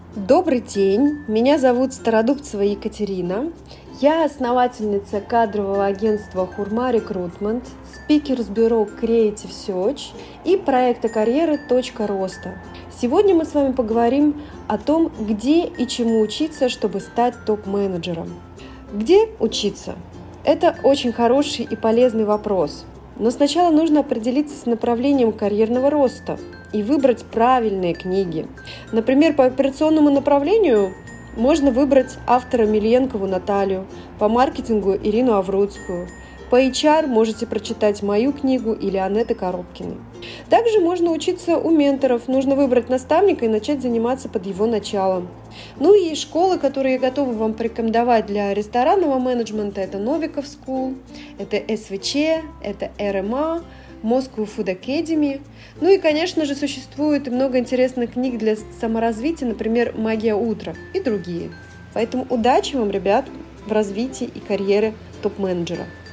Добрый день, меня зовут Стародубцева Екатерина. Я основательница кадрового агентства Хурма Рекрутмент, спикер с бюро Creative Search и проекта карьеры «Точка роста». Сегодня мы с вами поговорим о том, где и чему учиться, чтобы стать топ-менеджером. Где учиться? Это очень хороший и полезный вопрос. Но сначала нужно определиться с направлением карьерного роста и выбрать правильные книги. Например, по операционному направлению можно выбрать автора Миленкову Наталью, по маркетингу Ирину Авруцкую. По HR можете прочитать мою книгу или Анетты Коробкиной. Также можно учиться у менторов. Нужно выбрать наставника и начать заниматься под его началом. Ну и школы, которые я готова вам порекомендовать для ресторанного менеджмента, это Novikov School, это СВЧ, это РМА, Moscow Food Academy. Ну и, конечно же, существует много интересных книг для саморазвития, например, «Магия утра» и другие. Поэтому удачи вам, ребят, в развитии и карьере топ-менеджера.